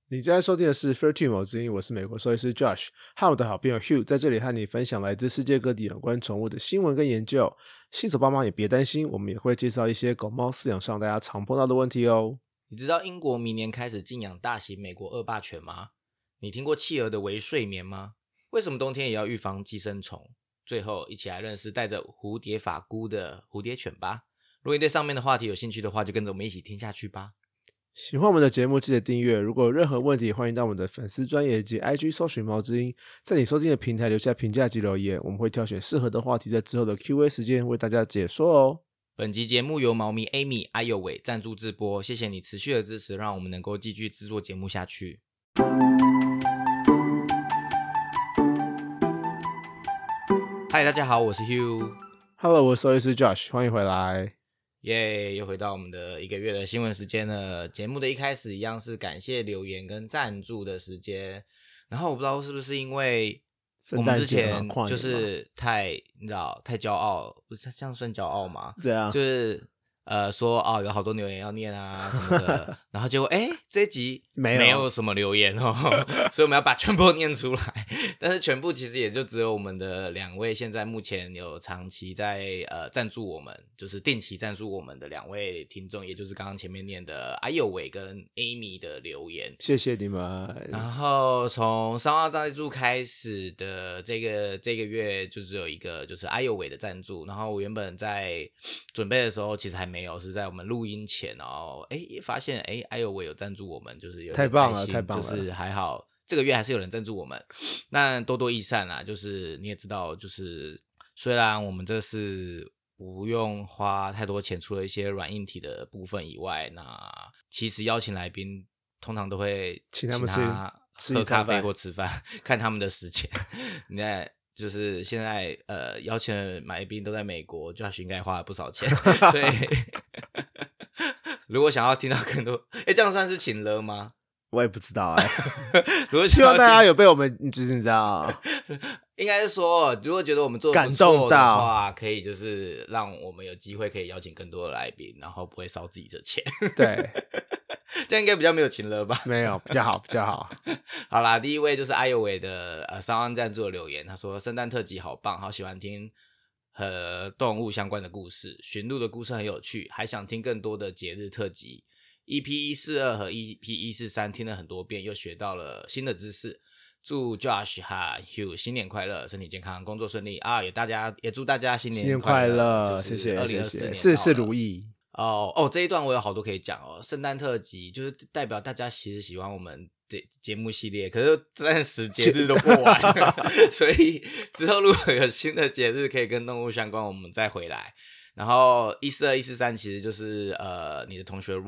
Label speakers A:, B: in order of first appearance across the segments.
A: 你正在收听的是 Fairtune 某之音，我是美国兽医师 Josh， 和我的好朋友 Hugh 在这里和你分享来自世界各地有关宠物的新闻跟研究。新手爸妈也别担心，我们也会介绍一些狗猫饲养上大家常碰到的问题哦。
B: 你知道英国明年开始禁养大型美国恶霸犬吗？你听过企鹅的微睡眠吗？为什么冬天也要预防寄生虫？最后一起来认识带着蝴蝶发箍的蝴蝶犬吧。如果你对上面的话题有兴趣的话，就跟着我们一起听下去吧。
A: 喜欢我们的节目记得订阅，如果有任何问题欢迎到我们的粉丝专页及 IG 搜寻毛之音，在你收听的平台留下评价及留言，我们会挑选适合的话题在之后的 Q&A 时间为大家解说哦。
B: 本集节目由猫咪 Amy 阿佑伟赞助直播，谢谢你持续的支持，让我们能够继续制作节目下去。嗨，大家好，我是 Hugh。
A: Hello， 我是兽医师 Josh， 欢迎回来。
B: 耶，又回到我们的一个月的新闻时间了。节目的一开始一样是感谢留言跟赞助的时间，然后我不知道是不是因为我们之前就是你知道太骄傲，不是这样算骄傲吗？
A: 这样
B: 就是说哦有好多留言要念啊什么的，然后结果这一集没有什么留言哦，所以我们要把全部念出来。但是全部其实也就只有我们的2位现在目前有长期在赞助我们，就是定期赞助我们的2位听众，也就是刚刚前面念的阿佑伟跟 Amy 的留言，
A: 谢谢你们。
B: 然后从商号赞助开始的这个月就只有一个，就是阿佑伟的赞助。然后我原本在准备的时候其实还没有，是在我们录音前，然后发现阿佑伟有赞助我们，就是有点
A: 太棒了，太棒了，
B: 就是还好这个月还是有人赞助我们，那多多益善啦。就是你也知道，就是虽然我们这是不用花太多钱，除了一些软硬体的部分以外，那其实邀请来宾通常都会
A: 请他们
B: 喝咖啡或吃饭，看他们的时间。你看，就是现在邀请的来宾都在美国，Josh 应该花了不少钱，所以如果想要听到更多，这样算是请了吗？
A: 我也不知道
B: 如果
A: 希望大家有被我们就是你知道，
B: 应该是说，如果觉得我们做得不错的话，可以就是让我们有机会可以邀请更多的来宾，然后不会烧自己的钱。
A: 对，
B: 这样应该比较没有情了吧？
A: 没有，比较好，比较好。
B: 好啦，第一位就是阿佑伟的商岸赞助的留言，他说圣诞特辑好棒，好喜欢听和动物相关的故事，驯鹿的故事很有趣，还想听更多的节日特辑。EP142 和 EP143 听了很多遍，又学到了新的知识。祝 Josh 和 Hugh 新年快乐，身体健康，工作顺利啊！也祝大家新年快乐，
A: 谢谢
B: 2024年
A: 事事如意。
B: 这一段我有好多可以讲哦。圣诞特辑就是代表大家其实喜欢我们节目系列，可是暂时节日都过完了，所以之后如果有新的节日可以跟动物相关，我们再回来。然后142、143其实就是你的同学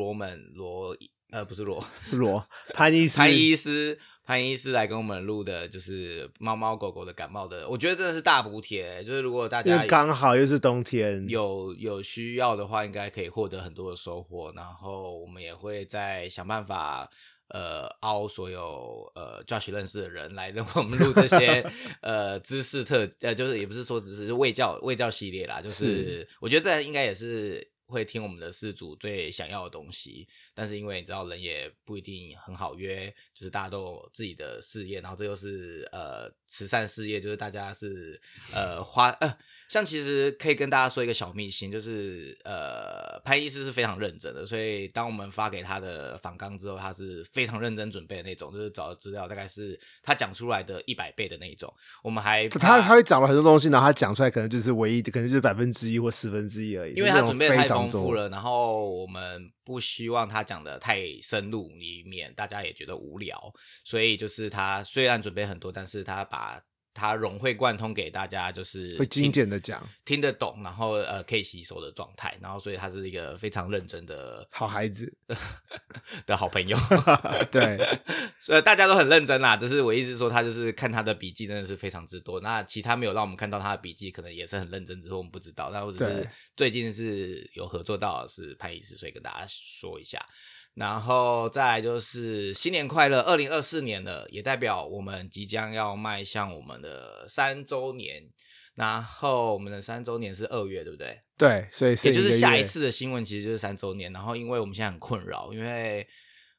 B: 潘医师来跟我们录的，就是猫猫狗狗的感冒的，我觉得真的是大补帖。就是如果大家
A: 刚好又是冬天，
B: 有需要的话，应该可以获得很多的收获。然后我们也会再想办法凹所有Josh 认识的人来让我们录这些知识就是也不是说只是卫教系列啦，就是我觉得这应该也是会听我们的饲主最想要的东西，但是因为你知道人也不一定很好约，就是大家都有自己的事业，然后这又是慈善事业，就是大家是像其实可以跟大家说一个小秘辛，就是潘医师是非常认真的，所以当我们发给他的访纲之后，他是非常认真准备的那种，就是找的资料大概是他讲出来的100倍的那种。我们还
A: 他会找了很多东西，然后他讲出来可能就是唯一的，可能就是1%或1/10而已，
B: 因为他准备的太丰富了，然后我们不希望他讲的太深入，以免大家也觉得无聊，所以就是他虽然准备很多，但是他把它融会贯通给大家，就是
A: 会精简的讲，
B: 听得懂，然后可以吸收的状态，然后所以他是一个非常认真的
A: 好孩子
B: 的好朋友
A: 对，
B: 所以大家都很认真啦，就是我意思说他就是看他的笔记真的是非常之多，那其他没有让我们看到他的笔记可能也是很认真，之后我们不知道，但我只是最近是有合作到的是潘医师，所以跟大家说一下。然后再来就是新年快乐，2024年了，也代表我们即将要迈向我们的3周年，然后我们的3周年是2月对不对？
A: 对，所以
B: 也就是下一次的新闻其实就是3周年，然后因为我们现在很困扰，因为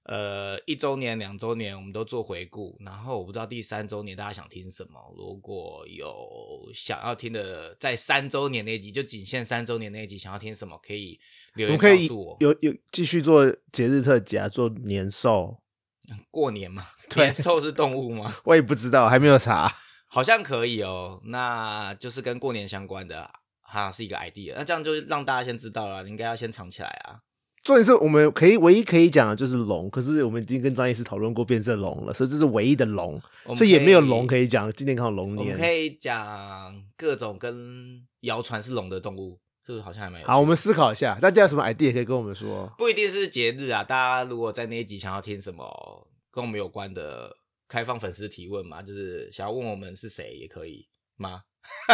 B: 1周年、2周年我们都做回顾，然后我不知道第3周年大家想听什么，如果有想要听的，在3周年那一集就仅限3周年那一集想要听什么，可以留言告诉我。
A: 有继续做节日特辑啊，做年兽。
B: 过年嘛，年兽是动物吗？
A: 我也不知道，还没有查。
B: 好像可以哦，那就是跟过年相关的，是一个 idea。那这样就让大家先知道了，你应该要先藏起来啊。
A: 重点是我们唯一可以讲的就是龙，可是我们已经跟张医师讨论过变色龙了，所以这是唯一的龙，所以也没有龙可以讲。今年刚好龙年，
B: 我们可以讲各种跟谣传是龙的动物，是不是好像还蛮有趣的？
A: 好，我们思考一下，大家有什么 idea 可以跟我们说？
B: 不一定是节日啊，大家如果在那一集想要听什么跟我们有关的，开放粉丝提问嘛，就是想要问我们是谁也可以吗？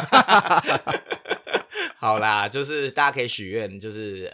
B: 好啦，就是大家可以许愿，就是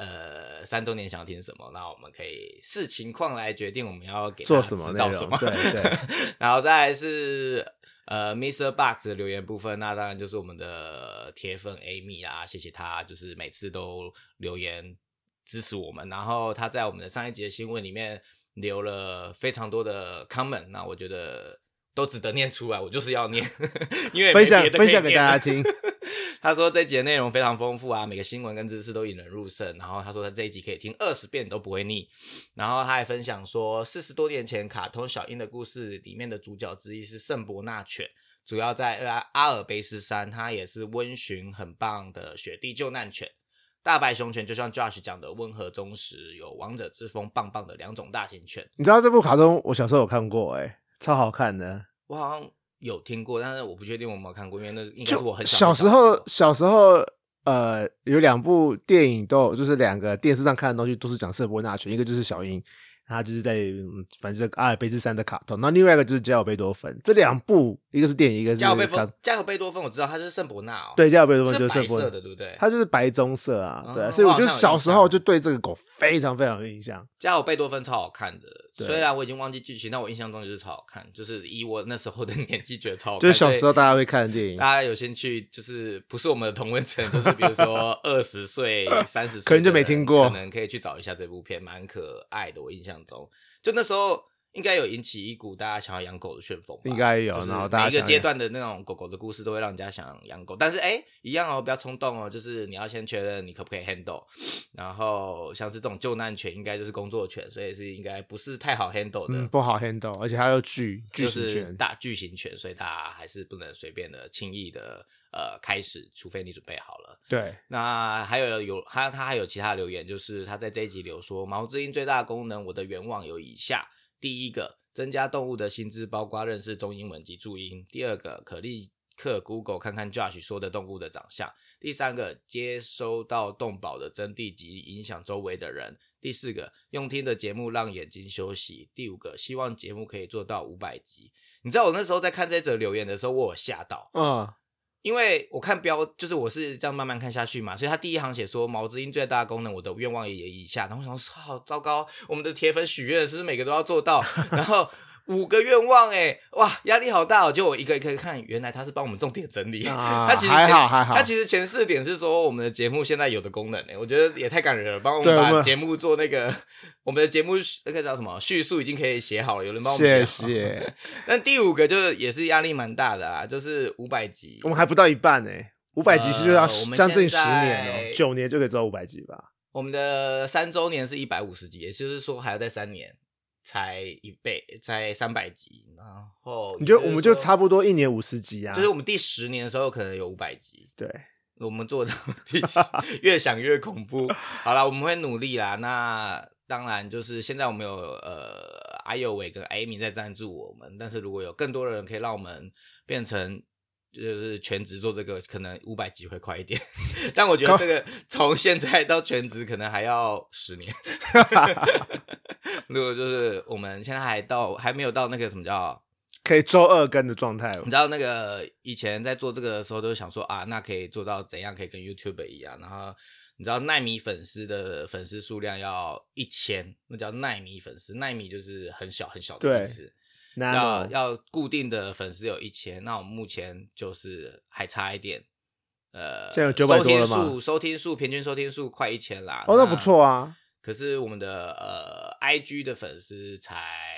B: 3周年想要听什么，那我们可以视情况来决定我们要给大家知道什么。
A: 对对。
B: 然后再来是Mr. Box 的留言部分，那当然就是我们的铁粉 Amy 啊，谢谢他，就是每次都留言支持我们。然后他在我们的上一集的新闻里面留了非常多的 comment， 那我觉得都值得念出来，我就是要念，因为
A: 分享给大家听。
B: 他说这一集的内容非常丰富啊，每个新闻跟知识都引人入胜。然后他说他这一集可以听20遍都不会腻。然后他还分享说，40多年前卡通小樱的故事里面的主角之一是圣伯纳犬，主要在阿尔卑斯山，它也是温驯很棒的雪地救难犬。大白熊犬就像 Josh 讲的温和忠实，有王者之风棒棒的2种大型犬。
A: 你知道这部卡通我小时候有看过超好看的。
B: 我好像有听过，但是我不确定我有没有看过，因为那应该是我很
A: 小时候有2部电影都有，就是2个电视上看的东西都是讲圣伯纳犬，一个就是小樱，他就是在反正阿尔卑斯山的卡通，然后另外一个就是加尔贝多芬。这2部一个是电影，一个是
B: 加尔贝多芬我知道他就是圣伯纳
A: 对，加尔贝多芬就是
B: 圣伯纳，是白色的对不对？
A: 他就是白棕色啊，对，所以我就小时候就对这个狗非常非常有印象。
B: 加尔贝多芬超好看的，虽然我已经忘记剧情，但我印象中就是超好看，就是以我那时候的年纪觉得超好看，
A: 就是小时候大家会看的电影。
B: 大家有兴趣，就是不是我们的同温层，就是比如说20岁、30岁，
A: 可能就没听过，
B: 可能可以去找一下这部片，蛮可爱的。我印象中，就那时候应该有引起一股大家想要养狗的旋风吧，
A: 应该有。然后大家
B: 每一个阶段的那种狗狗的故事都会让人家想养狗，但是一样哦，不要冲动哦，就是你要先确认你可不可以 handle。然后像是这种救难犬，应该就是工作犬，所以是应该不是太好 handle 的，
A: 不好 handle， 而且还有巨型犬，
B: 就是大巨型犬，所以大家还是不能随便的、轻易的开始，除非你准备好了。
A: 对，
B: 那还有他还有其他留言，就是他在这一集留说，毛知音最大的功能，我的愿望有以下：第一个，增加动物的新知，包括认识中英文及注音；第二个，可立刻 Google 看看 Josh 说的动物的长相；第三个，接收到动保的真谛及影响周围的人；第四个，用听的节目让眼睛休息；第五个，希望节目可以做到500集。你知道我那时候在看这则留言的时候，我有吓到，因为我看就是我是这样慢慢看下去嘛，所以他第一行写说毛知音最大的功能，我的愿望也以下。然后我想说，好糟糕，我们的铁粉许愿是不是每个都要做到？然后5个愿望哇，压力好大哦！就我一个一个看，原来他是帮我们重点整理。他其实
A: 还好。
B: 他其实前4点是说我们的节目现在有的功能我觉得也太感人了，帮我们把节目做那个我们的节目那个叫什么叙述已经可以写好了，有人帮我们写好。谢谢。但第5个就是也是压力蛮大的啊，就是500集，
A: 我们还不到一半500集是就要将近10年9年就可以做到500集吧。
B: 我们的3周年是150集，也就是说还要再3年才1倍，才300集。然后
A: 你觉得我们就差不多1年50集啊？
B: 就是我们第10年的时候可能有500集。
A: 对，
B: 我们做到第10，越想越恐怖。好啦，我们会努力啦。那当然就是现在我们有阿佑伟跟艾米在赞助我们，但是如果有更多的人可以让我们变成就是全职做这个，可能500集会快一点。但我觉得这个从现在到全职可能还要10年。如果就是我们现在还没有到那个什么叫
A: 可以周2更的状态。
B: 你知道那个以前在做这个的时候都想说那可以做到怎样可以跟 YouTube 一样，然后你知道奈米粉丝的粉丝数量要1000，那叫奈米粉丝，奈米就是很小很小的意思。要固定的粉丝有1000，那我们目前就是还差一点，
A: 现在有900多了吗？
B: 收听数平均收听数快1000啦。
A: 那不错啊。
B: 可是我们的IG 的粉丝才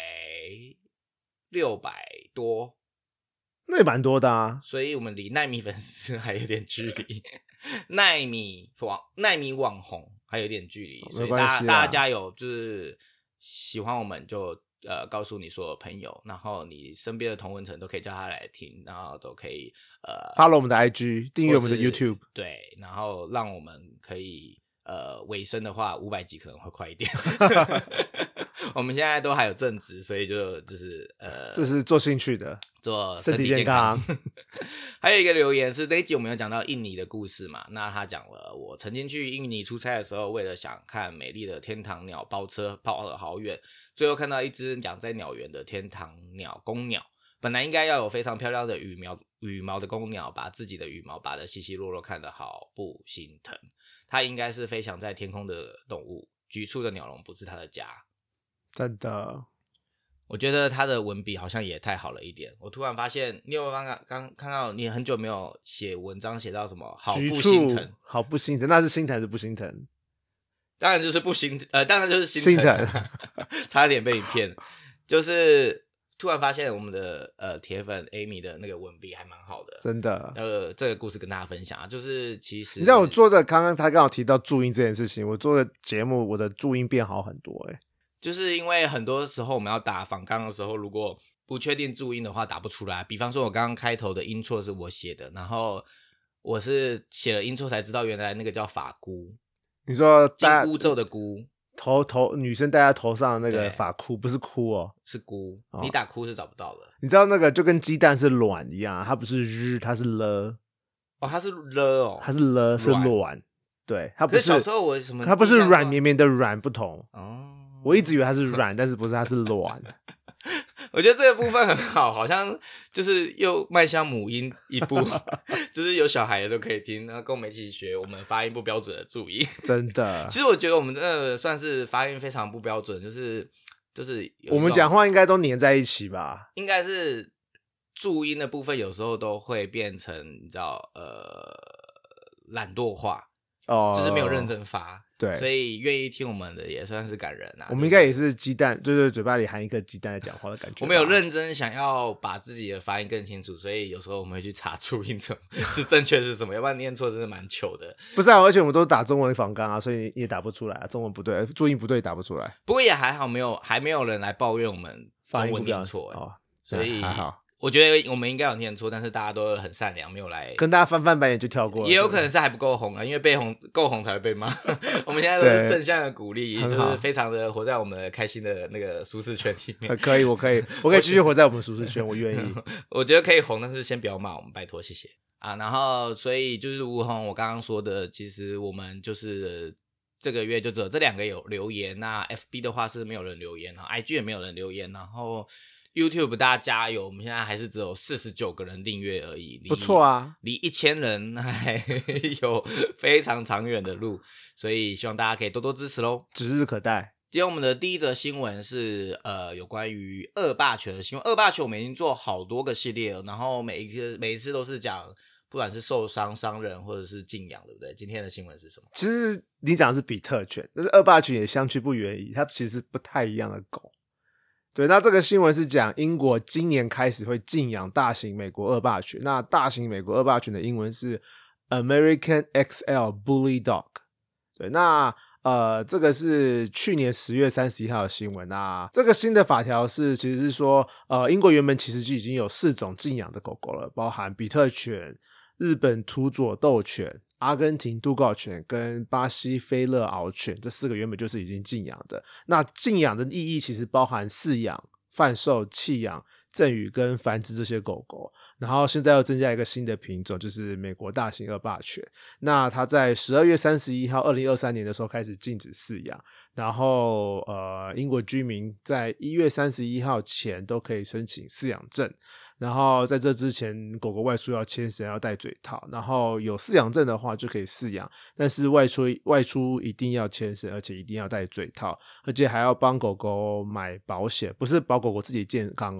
B: 600多，
A: 那也蛮多的啊。
B: 所以我们离奈米粉丝还有点距离，奈米网红还有点距离，所以大家加油，就是喜欢我们就告诉你所有朋友，然后你身边的同温层都可以叫他来听，然后都可以
A: follow 我们的 IG， 订阅我们的 YouTube，
B: 对，然后让我们可以尾声的话500集可能会快一点。我们现在都还有正职，所以就是
A: 这是做兴趣的，
B: 做
A: 身体健康。
B: 还有一个留言是那一集我们有讲到印尼的故事嘛，那他讲了我曾经去印尼出差的时候，为了想看美丽的天堂鸟，包车跑了好远，最后看到一只养在鸟园的天堂鸟公鸟，本来应该要有非常漂亮的羽毛的公鸟，把自己的羽毛拔得稀稀落落，看得好不心疼。它应该是飞翔在天空的动物，局促的鸟笼不是它的家。
A: 真的，
B: 我觉得他的文笔好像也太好了一点。我突然发现，你有没有刚看到你很久没有写文章写到什么好不心疼？
A: 好不心疼，那是心疼还是不心疼？
B: 当然就是不心当然就是心疼，差点被你骗。就是突然发现我们的铁粉 Amy 的那个文笔还蛮好的，
A: 真的。
B: 这个故事跟大家分享啊，就是其实
A: 你知道我做的，他刚好提到注音这件事情，我做的节目我的注音变好很多
B: 就是因为很多时候我们要打访纲的时候，如果不确定注音的话打不出来。比方说我刚刚开头的音错是我写的，然后我是写了音错才知道原来那个叫发箍。
A: 你说
B: 金箍咒的箍，
A: 女生戴在头上的那个发箍，不是箍哦，
B: 是箍。你打箍是找不到的。
A: 你知道那个就跟鸡蛋是卵一样，它不是日，它是了。
B: 哦，它是了哦，
A: 它是了，是卵。对，它不是。
B: 可是小时候我什么？
A: 它不是软绵绵的软，不同
B: 哦。
A: 我一直以为它是软，但是不是，它是卵。
B: 我觉得这个部分很好，好像就是又迈向母音一步，就是有小孩的都可以听，然后跟我们一起学我们发音不标准的注音。
A: 真的，
B: 其实我觉得我们真的算是发音非常不标准，就是
A: 我们讲话应该都黏在一起吧？
B: 应该是注音的部分有时候都会变成你知道懒惰化。就是没有认真发，
A: 对，
B: 所以愿意听我们的也算是感人啊。
A: 我们应该也是鸡蛋，就是嘴巴里含一颗鸡蛋在讲话的感觉。
B: 我们有认真想要把自己的发音更清楚，所以有时候我们会去查注音是正确是什么，要不然念错真的蛮糗的。
A: 不是啊，而且我们都打中文访纲啊，所以也打不出来啊，中文不对，注音不对打不出来。
B: 不过也还好，还没有人来抱怨我们中文念错所以
A: 还好。
B: 我觉得我们应该有念错，但是大家都很善良，没有来
A: 跟大家翻白眼就跳过了。
B: 也有可能是还不够红啊，因为够红才会被骂。我们现在都是正向的鼓励，就是非常的活在我们开心的那个舒适圈里面。
A: 可以，我可以继续活在我们舒适圈，我愿意。
B: 我觉得可以红，但是先不要骂我们，拜托，谢谢啊。然后，所以就是吴红，我刚刚说的，其实我们就是这个月就只有这2个有留言。那 FB 的话是没有人留言，然后 IG 也没有人留言，然后。YouTube 大家加油，我们现在还是只有49个人订阅而已，
A: 不错啊，
B: 离1000人还有非常长远的路，所以希望大家可以多多支持咯，
A: 指日可待。
B: 今天我们的第一则新闻是有关于恶霸权的新闻。恶霸权我们已经做好多个系列了，然后每一次都是讲不管是受伤、伤人或者是禁养，对不对？今天的新闻是什么？
A: 其实你讲的是比特犬，但是恶霸犬也相去不远矣，它其实不太一样的狗。对，那这个新闻是讲英国今年开始会禁养大型美国恶霸犬。那大型美国恶霸犬的英文是 American XL Bully Dog。对，那这个是去年10月31号的新闻。那这个新的法条其实是说，英国原本其实就已经有4种禁养的狗狗了，包含比特犬、日本土佐斗犬、阿根廷杜告犬跟巴西菲勒獒犬，这4个原本就是已经禁养的。那禁养的意义其实包含饲养、贩售、弃养、赠与跟繁殖这些狗狗。然后现在又增加一个新的品种，就是美国大型恶霸犬。那它在12月31号2023年的时候开始禁止饲养，然后英国居民在1月31号前都可以申请饲养证。然后在这之前，狗狗外出要牵绳，要戴嘴套，然后有饲养证的话就可以饲养，但是外出一定要牵绳，而且一定要戴嘴套，而且还要帮狗狗买保险，不是保狗狗自己健康哦，是要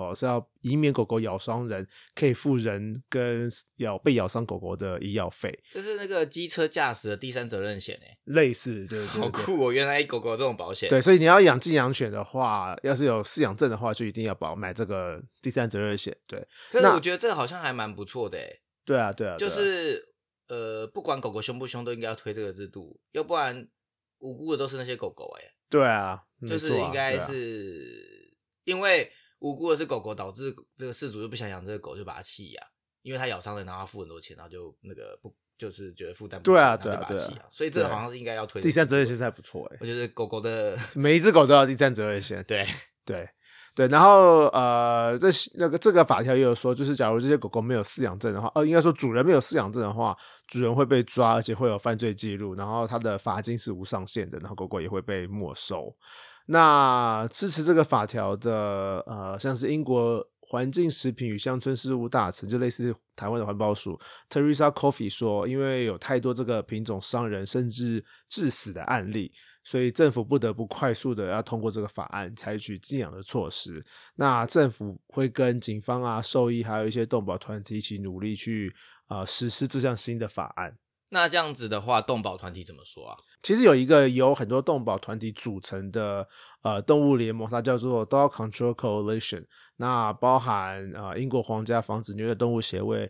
A: 以免狗狗咬伤人，可以付人跟被咬伤狗狗的医药费。
B: 这是那个机车驾驶的第三责任险
A: 类似，对对对，
B: 好酷哦！原来狗狗有这种保险。
A: 对，所以你要养禁养犬的话，要是有饲养证的话，就一定要买这个第三责任险。对，
B: 可是我觉得这个好像还蛮不错的
A: 对啊，对啊，
B: 就是不管狗狗凶不凶，都应该要推这个制度，要不然无辜的都是那些狗狗
A: 对啊，
B: 就是应该是、因为无辜的是狗狗，导致这个饲主就不想养这个狗，就把它弃养，因为它咬伤人，然后他付很多钱，然后就那个不就是觉得负担不起，
A: 对啊，对啊，
B: 然后就把它弃养。所以这个好像是应该要推
A: 第三责任险才不错
B: 我觉得狗狗的
A: 每一只狗都要第三责任险。
B: 对
A: 对对，然后这个法条也有说，就是假如这些狗狗没有饲养证的话，应该说主人没有饲养证的话，主人会被抓，而且会有犯罪记录，然后他的罚金是无上限的，然后狗狗也会被没收。那支持这个法条的像是英国环境、食品与乡村事务大臣，就类似台湾的环保署 Teresa Coffey 说，因为有太多这个品种伤人甚至致死的案例，所以政府不得不快速的要通过这个法案，采取禁养的措施。那政府会跟警方啊、兽医还有一些动保团体一起努力去实施这项新的法案。
B: 那这样子的话，动保团体怎么说啊？
A: 其实有一个由很多动保团体组成的动物联盟，它叫做 Dog Control Coalition， 那包含英国皇家防止虐待动物协会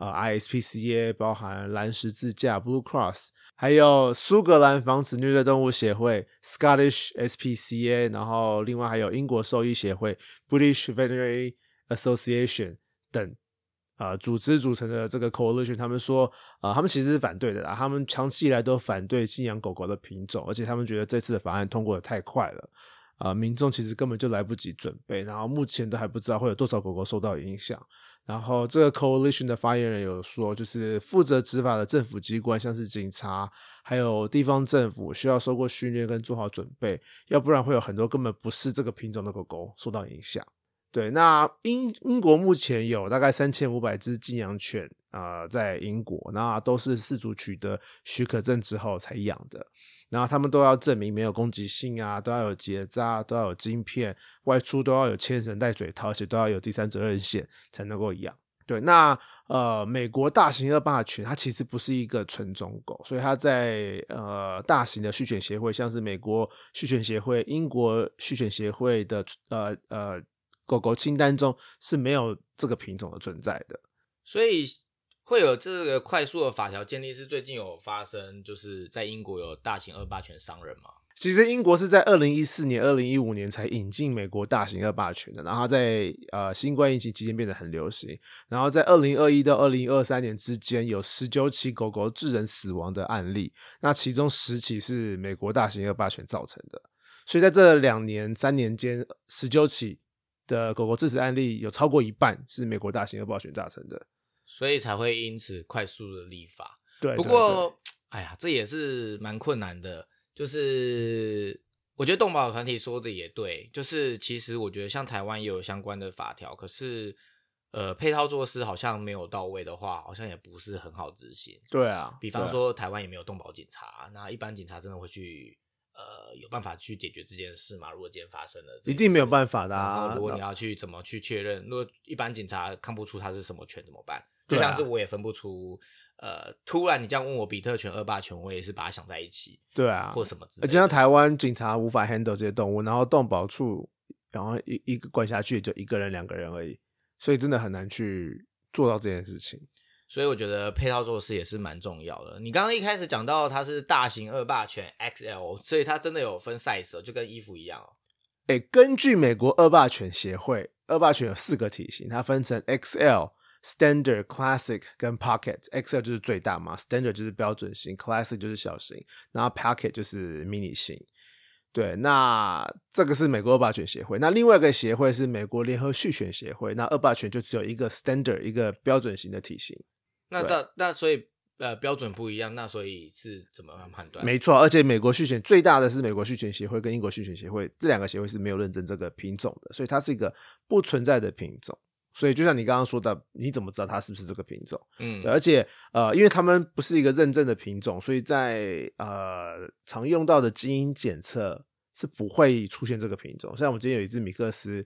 A: ISPCA， 包含蓝十字架 Blue Cross， 还有苏格兰防止虐待动物协会 Scottish SPCA， 然后另外还有英国兽医协会 British Veterinary Association 等组织组成的这个 coalition， 他们说他们其实是反对的啦，他们长期以来都反对禁养狗狗的品种，而且他们觉得这次的法案通过的太快了，民众其实根本就来不及准备，然后目前都还不知道会有多少狗狗受到影响。然后这个 coalition 的发言人有说，就是负责执法的政府机关，像是警察还有地方政府，需要受过训练跟做好准备，要不然会有很多根本不是这个品种的狗狗受到影响。对，那英国目前有大概3500只禁养犬在英国，那都是饲主取得许可证之后才养的，然后他们都要证明没有攻击性啊，都要有结扎，都要有晶片，外出都要有牵绳戴嘴套，而且都要有第三责任险才能够养。对，那美国大型恶霸犬它其实不是一个纯种狗，所以它在大型的畜犬协会，像是美国畜犬协会、英国畜犬协会的狗狗清单中是没有这个品种的存在的。
B: 所以会有这个快速的法条建立是最近有发生，就是在英国有大型恶霸犬伤人吗？
A: 其实英国是在2014年、2015年才引进美国大型恶霸犬的，然后它在新冠疫情期间变得很流行，然后在2021到2023年之间有19起狗狗致人死亡的案例，那其中10起是美国大型恶霸犬造成的，所以在这2年、3年间19起的狗狗致死案例有超过一半是美国大型恶霸犬造成的，
B: 所以才会因此快速的立法。
A: 对，
B: 不过哎呀，这也是蛮困难的，就是我觉得动保团体说的也对，就是其实我觉得像台湾也有相关的法条，可是配套措施好像没有到位的话，好像也不是很好执行。
A: 对啊，
B: 比方说台湾也没有动保警察，那一般警察真的会去有办法去解决这件事吗？如果今天发生了，
A: 一定没有办法的啊。
B: 然后如果你要去怎么去确认，如果一般警察看不出它是什么犬怎么办？就像是我也分不出，突然你这样问我比特犬、恶霸犬，我也是把它想在一起，
A: 对啊，
B: 或什么之类的。
A: 而且像台湾警察无法 handle 这些动物，然后动保处，然后一个管辖区也就1个人、2个人而已，所以真的很难去做到这件事情。
B: 所以我觉得配套措施也是蛮重要的。你刚刚一开始讲到它是大型恶霸犬 XL， 所以它真的有分 size 就跟衣服一样哦。
A: 根据美国恶霸犬协会，恶霸犬有4个体型，它分成 XL、Standard、Classic 跟 Pocket。XL 就是最大嘛， Standard 就是标准型， Classic 就是小型，然后 Pocket 就是迷你型。对，那这个是美国恶霸犬协会，那另外一个协会是美国联合畜犬协会，那恶霸犬就只有一个 Standard 一个标准型的体型。
B: 那所以标准不一样，那所以是怎么样判断？
A: 没错，而且美国畜犬最大的是美国畜犬协会跟英国畜犬协会，这2个协会是没有认证这个品种的，所以它是一个不存在的品种。所以就像你刚刚说的，你怎么知道它是不是这个品种？对，而且因为他们不是一个认证的品种，所以在常用到的基因检测是不会出现这个品种。像我们今天有一只米克斯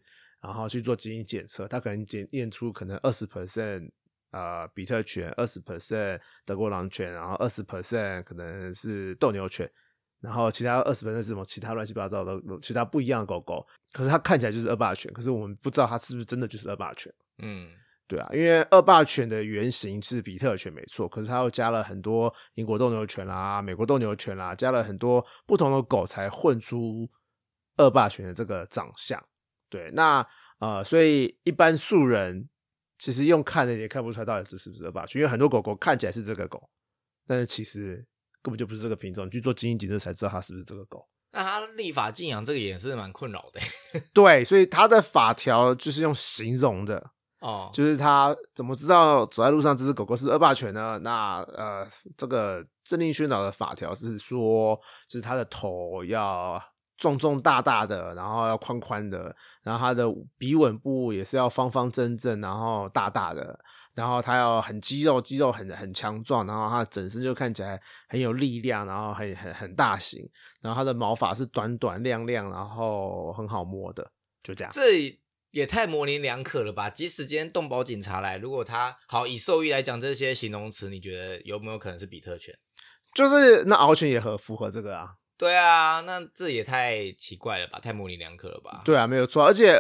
A: 然后去做基因检测，它可能验出可能20%比特犬，20% 德国狼犬，然后20% 可能是斗牛犬，然后其他20%是什么其他乱七八糟的其他不一样的狗狗，可是它看起来就是恶霸犬，可是我们不知道它是不是真的就是恶霸犬。对啊，因为恶霸犬的原型是比特犬没错，可是它又加了很多英国斗牛犬啦、美国斗牛犬啦，加了很多不同的狗才混出恶霸犬的这个长相。对，那所以一般素人其实用看的也看不出来到底这是不是恶霸犬，因为很多狗狗看起来是这个狗，但是其实根本就不是这个品种，你去做基因检测才知道它是不是这个狗。
B: 那他立法禁养这个也是蛮困扰的。
A: 对，所以它的法条就是用形容的。就是他怎么知道走在路上这只狗狗是恶霸犬呢？那这个政令宣导的法条是说，就是它的头要重大的，然后要宽宽的，然后它的鼻吻部也是要方正，然后大的，然后它要很肌肉很强壮，然后它整身就看起来很有力量，然后很大型，然后它的毛发是短亮，然后很好摸的，就这样。
B: 这也太模棱两可了吧？即使今天动保警察来，如果他好以兽医来讲这些形容词，你觉得有没有可能是比特犬？
A: 就是那獒犬也符合这个啊。
B: 对啊，那这也太奇怪了吧，太模棱两可了吧？
A: 对啊，没有错。而且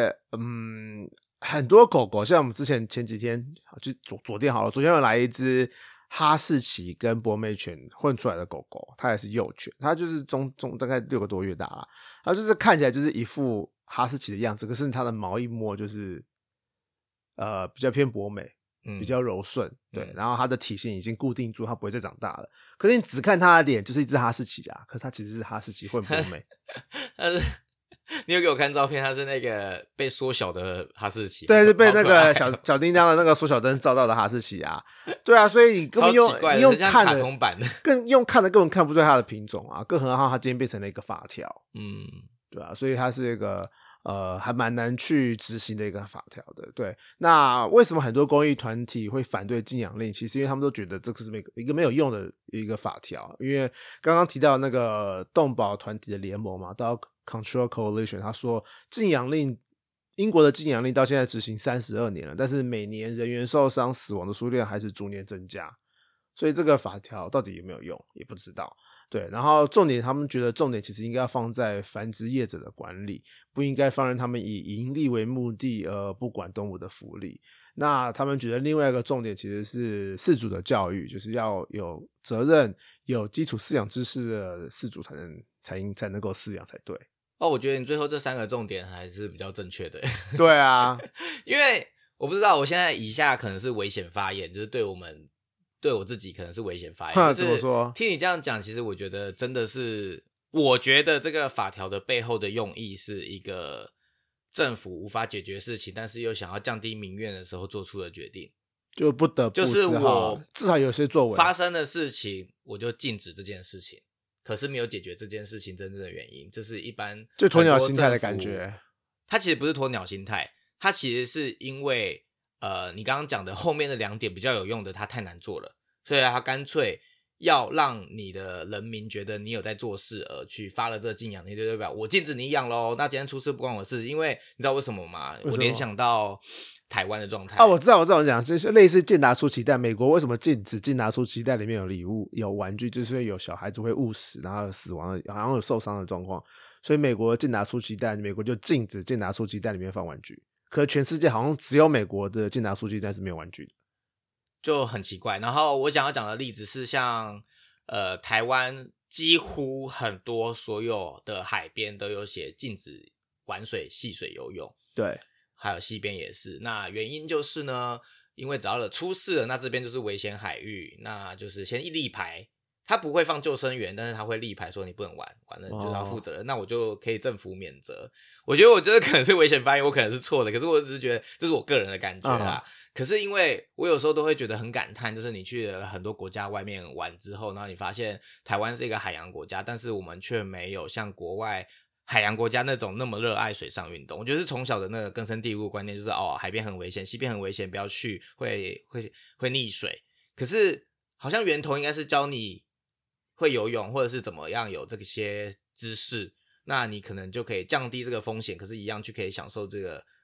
A: 很多狗狗，像我们前几天就昨天好了，昨天有来一只哈士奇跟博美犬混出来的狗狗，它也是幼犬，它就是大概6个多月大啦，它就是看起来就是一副哈士奇的样子，可是它的毛一摸就是比较偏博美，比较柔顺，对，然后它的体型已经固定住，它不会再长大了。可是你只看它的脸就是一只哈士奇啊，可是它其实是哈士奇混博美。
B: 你有给我看照片，它是那个被缩小的哈士奇，
A: 对，就被那个小叮当的那个缩小灯照到的哈士奇啊。对啊，所以你根本用看的，用看的根本看不出来它的品种啊，更何况它今天变成了一个法条。对啊，所以它是一个还蛮难去执行的一个法条的。对，那为什么很多公益团体会反对禁养令？其实因为他们都觉得这个是一个没有用的一个法条。因为刚刚提到那个动保团体的联盟嘛，Dog Control Coalition， 他说禁养令，英国的禁养令到现在执行32年了，但是每年人员受伤死亡的数量还是逐年增加，所以这个法条到底有没有用也不知道。对，然后他们觉得重点其实应该要放在繁殖业者的管理，不应该放任他们以盈利为目的而不管动物的福利。那他们觉得另外一个重点其实是饲主的教育，就是要有责任、有基础饲养知识的饲主才能够饲养才对。
B: 我觉得你最后这3个重点还是比较正确的。
A: 对啊，
B: 因为我不知道，我现在以下可能是危险发言，就是对我自己可能是危险发言。
A: 怎么说？
B: 听你这样讲，其实我觉得真的是，我觉得这个法条的背后的用意是一个政府无法解决事情，但是又想要降低民怨的时候做出的决定，
A: 就不得不
B: 就是我
A: 至少有些作为
B: 发生的事情，我就禁止这件事情，可是没有解决这件事情真正的原因，这是一般
A: 就鸵鸟心态的感觉。
B: 它其实不是鸵鸟心态，它其实是因为你刚刚讲的后面的2点比较有用的，它太难做了，所以他干脆要让你的人民觉得你有在做事而去发了这个禁养令，就代表我禁止你养咯，那今天出事不关我的事。因为你知道为什么吗？我联想到台湾的状态
A: 我知道我讲，就是类似健达出奇蛋，美国为什么禁止健达出奇蛋里面有礼物有玩具，就是有小孩子会误死，然后有死亡的，好像有受伤的状况，所以美国健达出奇蛋，美国就禁止健达出奇蛋里面放玩具。可是全世界好像只有美国的健达出奇蛋是没有玩具的，
B: 就很奇怪。然后我想要讲的例子是像台湾几乎很多所有的海边都有写禁止玩水戏水游泳，
A: 对，
B: 还有溪边也是。那原因就是呢，因为只要出事了，那这边就是危险海域，那就是先一立牌，他不会放救生员，但是他会立牌说你不能玩，完了你就是要负责任，那我就可以政府免责。我觉得我这可能是危险发言，我可能是错的，可是我只是觉得这是我个人的感觉啦。可是因为我有时候都会觉得很感叹，就是你去了很多国家外面玩之后，然后你发现台湾是一个海洋国家，但是我们却没有像国外海洋国家那种那么热爱水上运动。我觉得是从小的那个根深蒂固的观念，就是海边很危险，溪边很危险，不要去，会溺水。可是好像源头应该是教你会游泳，或者是怎么样有这些知识，那你可能就可以降低这个风险，可是一样去可以享受这个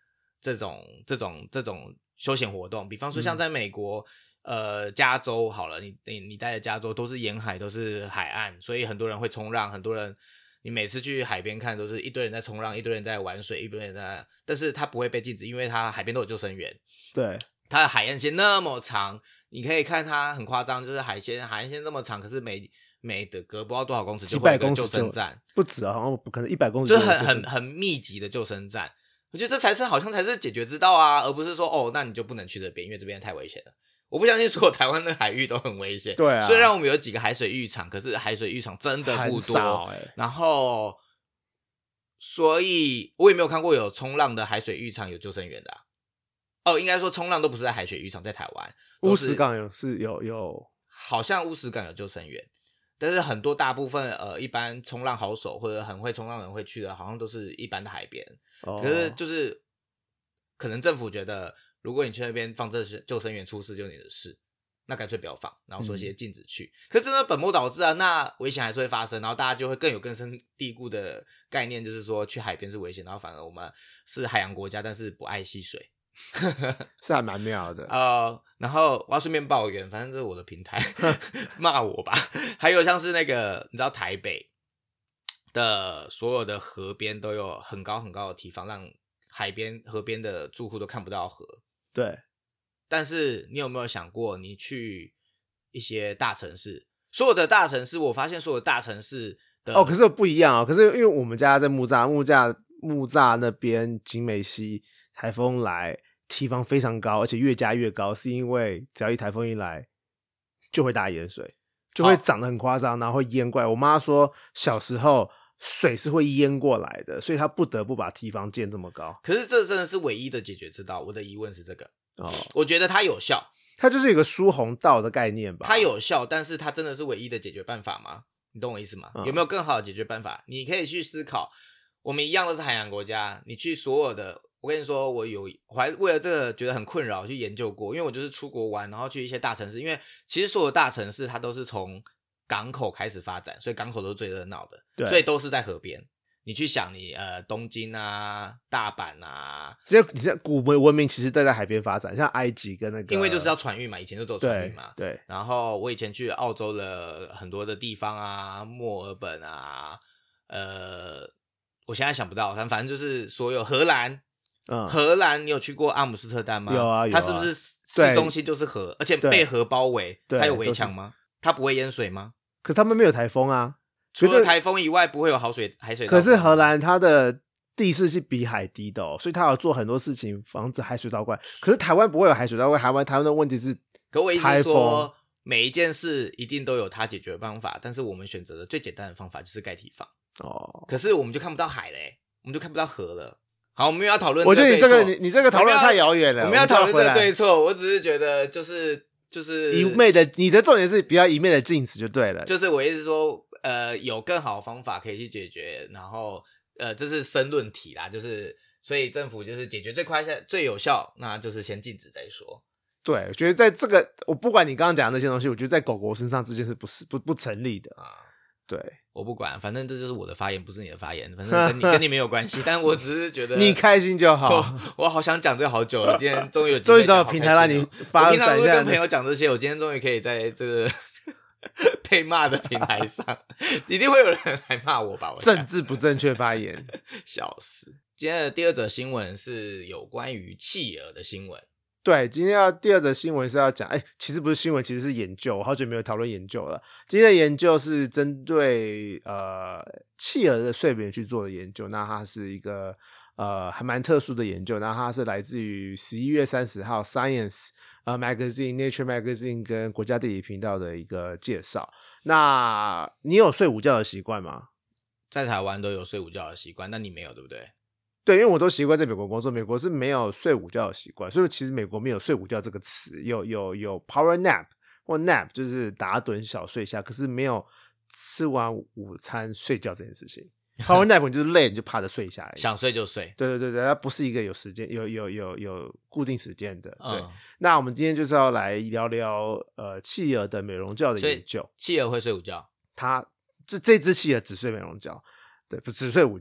B: 这种休闲活动。比方说像在美国，加州好了，你待的加州都是沿海，都是海岸，所以很多人会冲浪，很多人你每次去海边看都是一堆人在冲浪，一堆人在玩水，一堆人在，但是它不会被禁止，因为它海边都有救生员。
A: 对，
B: 它的海岸线那么长，你可以看它很夸张，就是海岸线那么长，可是每的隔不知道多少公尺就会有一个救生站，
A: 不止啊，好像可能100公尺
B: 就是很密集的救生站。我觉得这好像才是解决之道啊，而不是说那你就不能去这边，因为这边太危险了。我不相信所有台湾的海域都很危险。
A: 对啊，
B: 虽然我们有几个海水浴场，可是海水浴场真的不多。然后，所以我也没有看过有冲浪的海水浴场有救生员的应该说冲浪都不是在海水浴场，在台湾
A: 乌石港有，
B: 好像乌石港有救生员，但是很多大部分一般冲浪好手或者很会冲浪的人会去的，好像都是一般的海边。可是就是可能政府觉得，如果你去那边放这些救生员出事就你的事，那干脆不要放，然后说些禁止去。可是真的本末倒置啊，那危险还是会发生，然后大家就会更有根深蒂固的概念，就是说去海边是危险，然后反而我们是海洋国家，但是不爱惜水。
A: 是还蛮妙的。
B: 然后我要顺便抱怨，反正这是我的平台，骂我吧。还有像是那个，你知道台北的所有的河边都有很高很高的堤防，让河边的住户都看不到河。
A: 对，
B: 但是你有没有想过，你去一些大城市，所有的大城市，我发现所有的大城市的
A: 可是不一样可是因为我们家在木栅那边，景美溪台风来，堤防非常高，而且越加越高，是因为只要一台风一来，就会大淹水，就会长得很夸张，然后会淹过来。我妈说小时候水是会淹过来的，所以她不得不把堤防建这么高。
B: 可是这真的是唯一的解决之道，我的疑问是这个。我觉得它有效，
A: 它就是一个疏洪道的概念吧。
B: 它有效，但是它真的是唯一的解决办法吗？你懂我意思吗？有没有更好的解决办法？你可以去思考，我们一样都是海洋国家，你去所有的，我跟你说，我还为了这个觉得很困扰去研究过，因为我就是出国玩，然后去一些大城市，因为其实所有大城市它都是从港口开始发展，所以港口都是最热闹的，所以都是在河边。你去想你东京啊、大阪啊，
A: 这些古文明其实都在海边发展，像埃及跟那个，
B: 因为就是要船运嘛，以前就走船运嘛。
A: 对。
B: 然后我以前去澳洲的很多的地方啊，墨尔本啊，我现在想不到，反正就是所有荷兰，荷兰你有去过阿姆斯特丹吗？
A: 有啊，
B: 它是不是市中心就是河，而且被河包围？它有围墙吗？它不会淹水吗？
A: 可是他们没有台风啊。
B: 除了台风以外，不会有海水。
A: 可是荷兰它的地势是比海低的所以它有做很多事情防止海水倒灌。可是台湾不会有海水倒灌，台湾的问题是，
B: 可我一直说每一件事一定都有它解决的方法，但是我们选择的最简单的方法就是盖堤防。可是我们就看不到海嘞，我们就看不到河了。好，我们要讨论。
A: 我觉得你这个讨论太遥远了。
B: 我们要讨论这个对错，我只是觉得就是
A: 一昧的，你的重点是比较一昧的禁止就对了。
B: 就是我意思说。有更好的方法可以去解决，然后这是申论题啦，就是所以政府就是解决最快最有效，那就是先禁止再说。
A: 对，我觉得在这个我不管你刚刚讲的那些东西，我觉得在狗狗身上这件事不成立的对，
B: 我不管，反正这就是我的发言，不是你的发言，反正跟你没有关系。但我只是觉得
A: 你开心就好。
B: 我好想讲这个好久了，今天终于有
A: 终于找到平台让你发展一下。
B: 我平常都是跟朋友讲这些，我今天终于可以在这个被骂的平台上，一定会有人来骂我吧？
A: 政治不正确发言，
B: 笑死！今天的第二则新闻是有关于企鹅的新闻。
A: 对，今天第二则新闻是要讲，其实不是新闻，其实是研究。我好久没有讨论研究了。今天的研究是针对企鹅的睡眠去做的研究。那它是一个还蛮特殊的研究。那它是来自于11月30号 Science Magazine、Nature Magazine 跟国家地理频道的一个介绍。那你有睡午觉的习惯吗？
B: 在台湾都有睡午觉的习惯，但你没有，对不对？
A: 对，因为我都习惯在美国工作，美国是没有睡午觉的习惯，所以其实美国没有睡午觉这个词，有 power nap 或 nap 就是打盹小睡一下，可是没有吃完午餐睡觉这件事情。power nap 你就是累你就趴着睡一下而已，
B: 想睡就睡。
A: 对，它不是一个有时间有固定时间的。对，那我们今天就是要来聊聊企鹅的美容觉的研究。
B: 企鹅会睡午觉？
A: 这只企鹅只睡美容觉，对，不只睡午觉。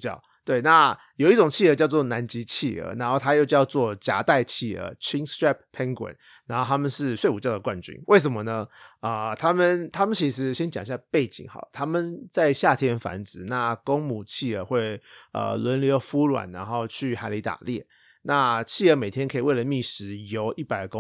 A: 对，那有一种企鹅叫做南极企鹅，然后它又叫做夹带企鹅 （Chinstrap penguin），然后他们是睡午觉的冠军。为什么呢？他们其实先讲一下背景好，他们在夏天繁殖，那公母企鹅会轮流孵卵，然后去海里打猎。那企鹅每天可以为了觅食游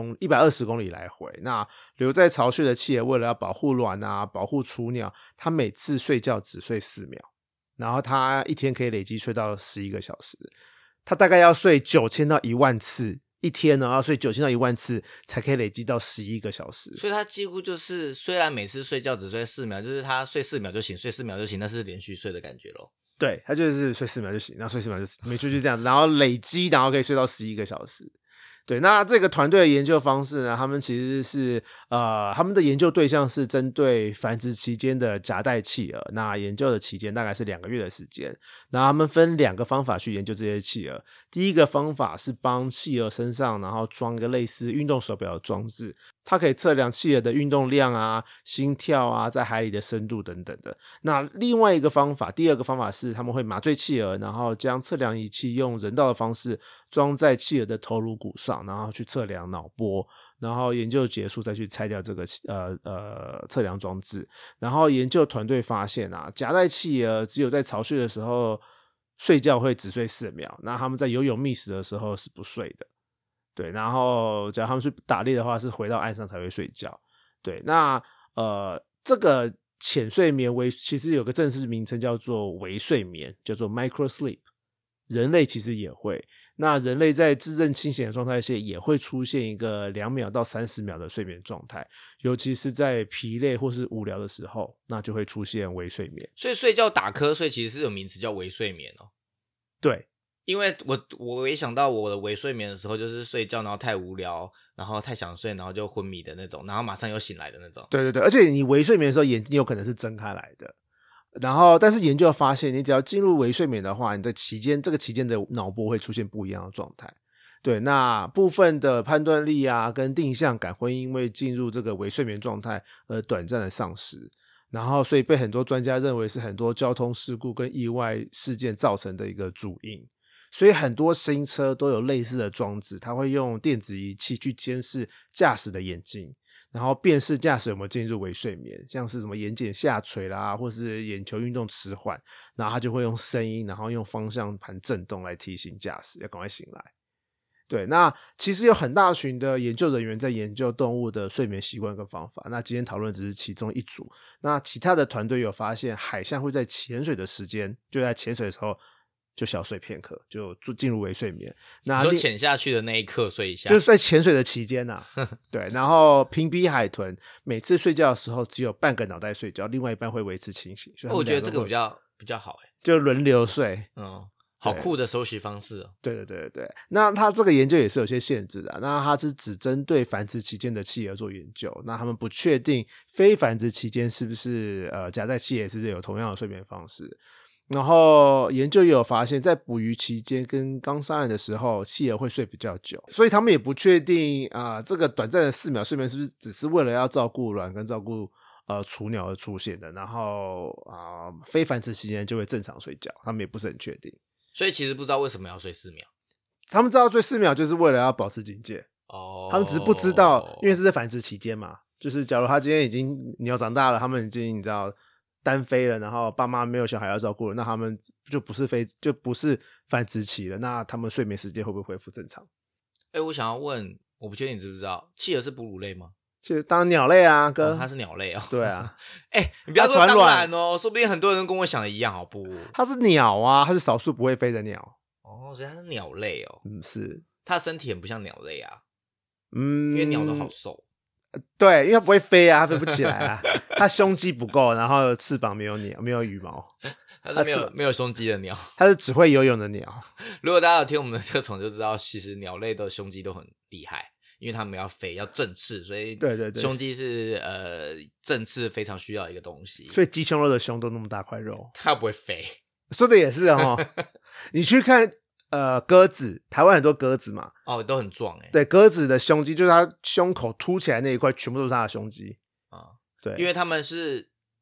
A: 120公里来回。那留在巢穴的企鹅为了要保护卵啊，保护雏鸟，它每次睡觉只睡4秒，然后它一天可以累积睡到11个小时。它大概要睡9000到10000次，一天呢要睡9000到10000次才可以累积到11个小时。
B: 所以它几乎就是虽然每次睡觉只睡4秒，就是它睡4秒就醒，睡4秒就醒，那是连续睡的感觉咯。
A: 对，他就是睡4秒就醒，然后睡4秒就醒，每次就这样子，然后累积，然后可以睡到11个小时。对，那这个团队的研究方式呢，他们其实是他们的研究对象是针对繁殖期间的夹带企鹅，那研究的期间大概是2个月的时间。那他们分2个方法去研究这些企鹅。第一个方法是帮企鹅身上然后装一个类似运动手表的装置，它可以测量企鹅的运动量啊、心跳啊、在海里的深度等等的。那另外一个方法，第二个方法是他们会麻醉企鹅，然后将测量仪器用人道的方式装在企鹅的头颅骨上，然后去测量脑波，然后研究结束再去拆掉这个测量装置。然后研究团队发现啊，夹带企鹅只有在巢穴的时候睡觉会只睡4秒，那他们在游泳觅食的时候是不睡的。对，然后假如他们去打猎的话，是回到岸上才会睡觉。对，那这个浅睡眠其实有个正式名称叫做微睡眠，叫做 micro sleep。人类其实也会，那人类在自认清醒的状态下也会出现一个2秒到30秒的睡眠状态，尤其是在疲累或是无聊的时候，那就会出现微睡眠。
B: 所以睡觉打瞌睡其实是有名词叫微睡眠哦。
A: 对，
B: 因为我也想到我的微睡眠的时候，就是睡觉然后太无聊，然后太想睡，然后就昏迷的那种，然后马上又醒来的那种。
A: 对对对，而且你微睡眠的时候眼睛有可能是睁开来的。然后但是研究发现，你只要进入微睡眠的话，你这个期间的脑波会出现不一样的状态。对，那部分的判断力啊跟定向感会因为进入这个微睡眠状态而短暂的丧失，然后所以被很多专家认为是很多交通事故跟意外事件造成的一个主因。所以很多新车都有类似的装置，它会用电子仪器去监视驾驶的眼睛，然后辨识驾驶有没有进入微睡眠，像是什么眼睑下垂啦，或是眼球运动迟缓，然后它就会用声音，然后用方向盘震动来提醒驾驶要赶快醒来。对，那其实有很大群的研究人员在研究动物的睡眠习惯跟方法，那今天讨论只是其中一组。那其他的团队有发现海象会在潜水的时间，就在潜水的时候就小睡片刻，就进入微睡眠。那
B: 你说潜下去的那一刻睡一下，
A: 就是在潜水的期间啊。对，然后平鼻海豚每次睡觉的时候只有半个脑袋睡觉，另外一半会维持清醒。所以
B: 我觉得这个比较好
A: 就轮流睡。
B: 好酷的收拾方式哦。
A: 对对对对对，那他这个研究也是有些限制的，那他是只针对繁殖期间的企鹅做研究，那他们不确定非繁殖期间是不是夹带企鹅是有同样的睡眠方式。然后研究也有发现，在捕鱼期间跟刚上岸的时候，企鹅会睡比较久，所以他们也不确定这个短暂的4秒睡眠是不是只是为了要照顾卵跟照顾雏鸟而出现的，然后非繁殖期间就会正常睡觉，他们也不是很确定。
B: 所以其实不知道为什么要睡4秒，
A: 他们知道睡4秒就是为了要保持警戒哦，他们只是不知道，因为是在繁殖期间嘛，就是假如他今天已经鸟长大了，他们已经你知道单飞了，然后爸妈没有小孩要照顾了，那他们就不是繁殖期了，那他们睡眠时间会不会恢复正常？
B: 我想要问，我不确定你知不知道，企鹅是哺乳类吗？
A: 其实当鸟类啊，哥，
B: 它是鸟类哦。
A: 对啊，
B: 你不要说当然哦，说不定很多人跟我想的一样，好不？
A: 它是鸟啊，它是少数不会飞的鸟。
B: 所以它是鸟类哦。
A: 是。
B: 它的身体很不像鸟类啊。因为鸟都好瘦。
A: 对，因为它不会飞啊，它飞不起来啊。它胸肌不够，然后翅膀没有羽毛。
B: 它是没有胸肌的鸟。
A: 它是只会游泳的鸟。
B: 如果大家有听我们的特宠就知道，其实鸟类的胸肌都很厉害。因为他们要飞要振翅，所以胸肌是振翅非常需要一个东西，
A: 所以鸡胸肉的胸都那么大块肉，
B: 它不会飞。
A: 说的也是哦。你去看鸽子，台湾很多鸽子嘛，
B: 都很壮
A: 对，鸽子的胸肌就是它胸口凸起来那一块全部都是它的胸肌
B: 对，因为他们是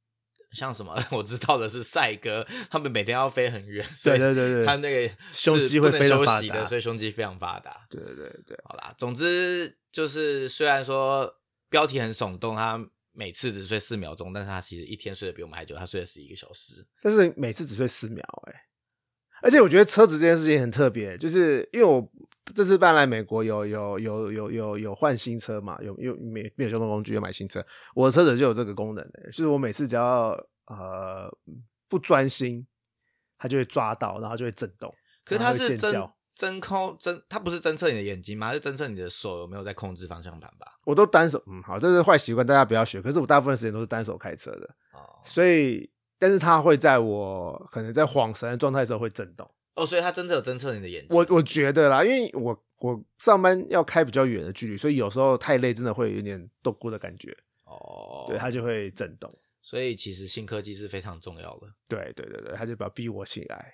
B: 像什么我知道的是赛鸽，他们每天要飞很远，
A: 对对对对，
B: 他那个
A: 胸肌会非常发达
B: 的，所以胸肌非常发达。
A: 对对对，
B: 好啦，总之就是虽然说标题很耸动，他每次只睡4秒钟，但是他其实一天睡得比我们还久，他睡了11个小时。
A: 但是每次只睡4秒而且我觉得车子这件事情很特别，就是因为我这次搬来美国有换新车嘛，有没有交通工具有买新车，我的车子就有这个功能就是我每次只要不专心，它就会抓到，然后就会震动。
B: 可是它是它不是侦测你的眼睛吗？是侦测你的手有没有在控制方向盘吧？
A: 我都单手，好，这是坏习惯，大家不要学。可是我大部分时间都是单手开车的，所以。但是它会在我可能在恍神的状态的时候会震动
B: 所以它真的有侦测你的眼睛。
A: 我觉得啦，因为我上班要开比较远的距离，所以有时候太累真的会有点抖咕的感觉对，它就会震动。
B: 所以其实新科技是非常重要的。
A: 对对对对，它就不要逼我起来。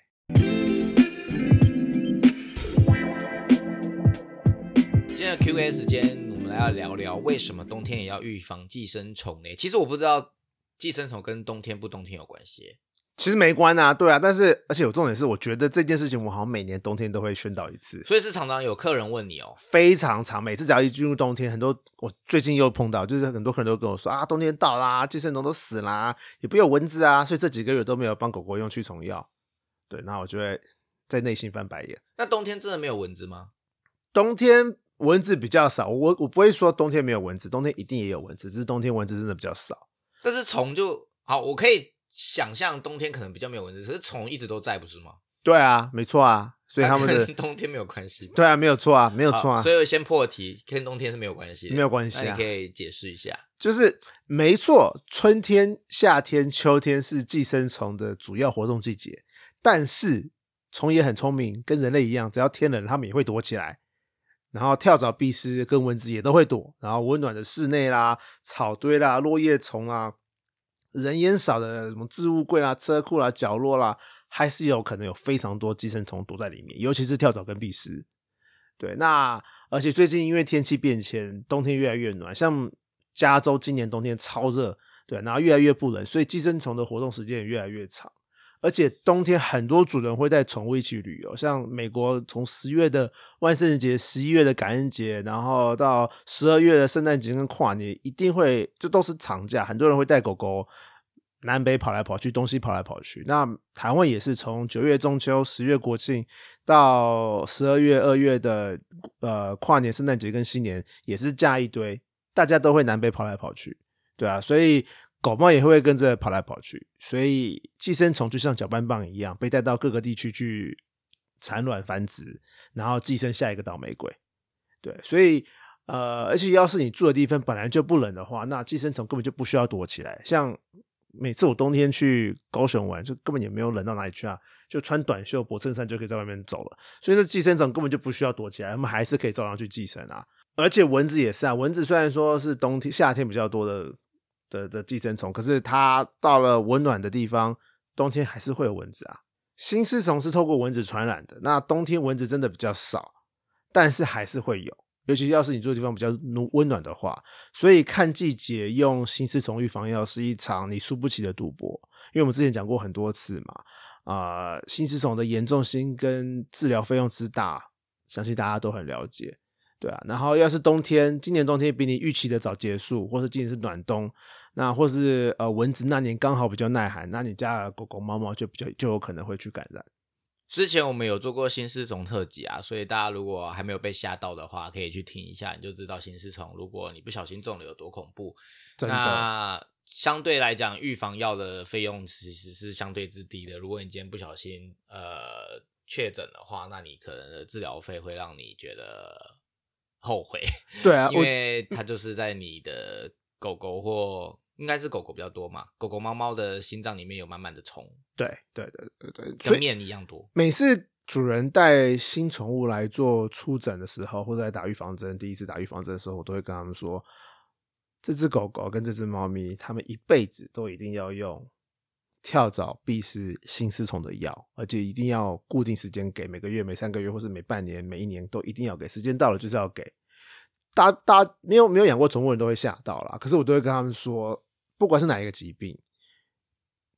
B: 今天的 Q&A 时间，我们来聊聊为什么冬天也要预防寄生虫呢？其实我不知道寄生虫跟冬天不冬天有关系。
A: 其实没关啊，对啊，但是而且有重点是，我觉得这件事情我好像每年冬天都会宣导一次，
B: 所以是常常有客人问你
A: 非常常，每次只要一进入冬天，很多我最近又碰到，就是很多客人都跟我说冬天到啦，寄生虫都死啦，也不有蚊子啊，所以这几个月都没有帮狗狗用驱虫药。对，那我就会在内心翻白眼。
B: 那冬天真的没有蚊子吗？
A: 冬天蚊子比较少，我不会说冬天没有蚊子，冬天一定也有蚊子，只是冬天蚊子真的比较少。
B: 但是虫就好，我可以想象冬天可能比较没有蚊子，可是虫一直都在不是吗？
A: 对啊，没错啊，所以他们的
B: 跟冬天没有关系。
A: 对啊，没有错啊，没有错啊。
B: 所以先破题，跟冬天是没有关系的。
A: 没有关系
B: 那你可以解释一下。
A: 就是没错，春天、夏天、秋天是寄生虫的主要活动季节，但是虫也很聪明，跟人类一样，只要天冷它们也会躲起来。然后跳蚤、蜱虱跟蚊子也都会躲，然后温暖的室内啦、草堆啦、落叶丛啦、人烟少的什么置物柜啦、车库啦、角落啦，还是有可能有非常多寄生虫躲在里面，尤其是跳蚤跟蜱虱。对，那而且最近因为天气变迁，冬天越来越暖，像加州今年冬天超热，对，然后越来越不冷，所以寄生虫的活动时间也越来越长。而且冬天很多主人会带宠物一起旅游，像美国从10月的万圣节、11月的感恩节，然后到12月的圣诞节跟跨年，一定会就都是长假，很多人会带狗狗南北跑来跑去，东西跑来跑去。那台湾也是从9月中秋、10月国庆到12月、2月的跨年、圣诞节跟新年，也是假一堆，大家都会南北跑来跑去，对啊，所以狗猫也会跟着跑来跑去，所以寄生虫就像搅拌棒一样，被带到各个地区去产卵繁殖，然后寄生下一个倒霉鬼。对，所以而且要是你住的地方本来就不冷的话，那寄生虫根本就不需要躲起来。像每次我冬天去高雄玩，就根本也没有冷到哪里去啊，就穿短袖薄衬衫就可以在外面走了，所以这寄生虫根本就不需要躲起来，他们还是可以照样去寄生啊。而且蚊子也是啊，蚊子虽然说是夏天比较多的寄生虫，可是它到了温暖的地方，冬天还是会有蚊子啊。心丝虫是透过蚊子传染的，那冬天蚊子真的比较少，但是还是会有，尤其要是你住的地方比较温暖的话，所以看季节用心丝虫预防药是一场你输不起的赌博。因为我们之前讲过很多次嘛，心丝虫的严重性跟治疗费用之大，相信大家都很了解。对啊，然后要是冬天，今年冬天比你预期的早结束，或是今年是暖冬，那或是蚊子那年刚好比较耐寒，那你家的狗狗猫猫就有可能会去感染。
B: 之前我们有做过心丝虫特辑啊，所以大家如果还没有被吓到的话，可以去听一下，你就知道心丝虫如果你不小心中了有多恐怖。
A: 真的，
B: 那相对来讲，预防药的费用其实是相对之低的。如果你今天不小心确诊的话，那你可能的治疗费会让你觉得后悔。
A: 对啊，
B: 因为它就是在你的狗狗或应该是狗狗比较多嘛，狗狗猫猫的心脏里面有满满的虫，
A: 对，
B: 跟面一样多。
A: 每次主人带新宠物来做初诊的时候，或者来打预防针，第一次打预防针的时候，我都会跟他们说，这只狗狗跟这只猫咪，他们一辈子都一定要用跳蚤、蜱虱、心丝虫的药，而且一定要固定时间给，每个月、每3个月，或是每半年、每1年都一定要给，时间到了就是要给。大家没有养过宠物人都会吓到啦，可是我都会跟他们说，不管是哪一个疾病，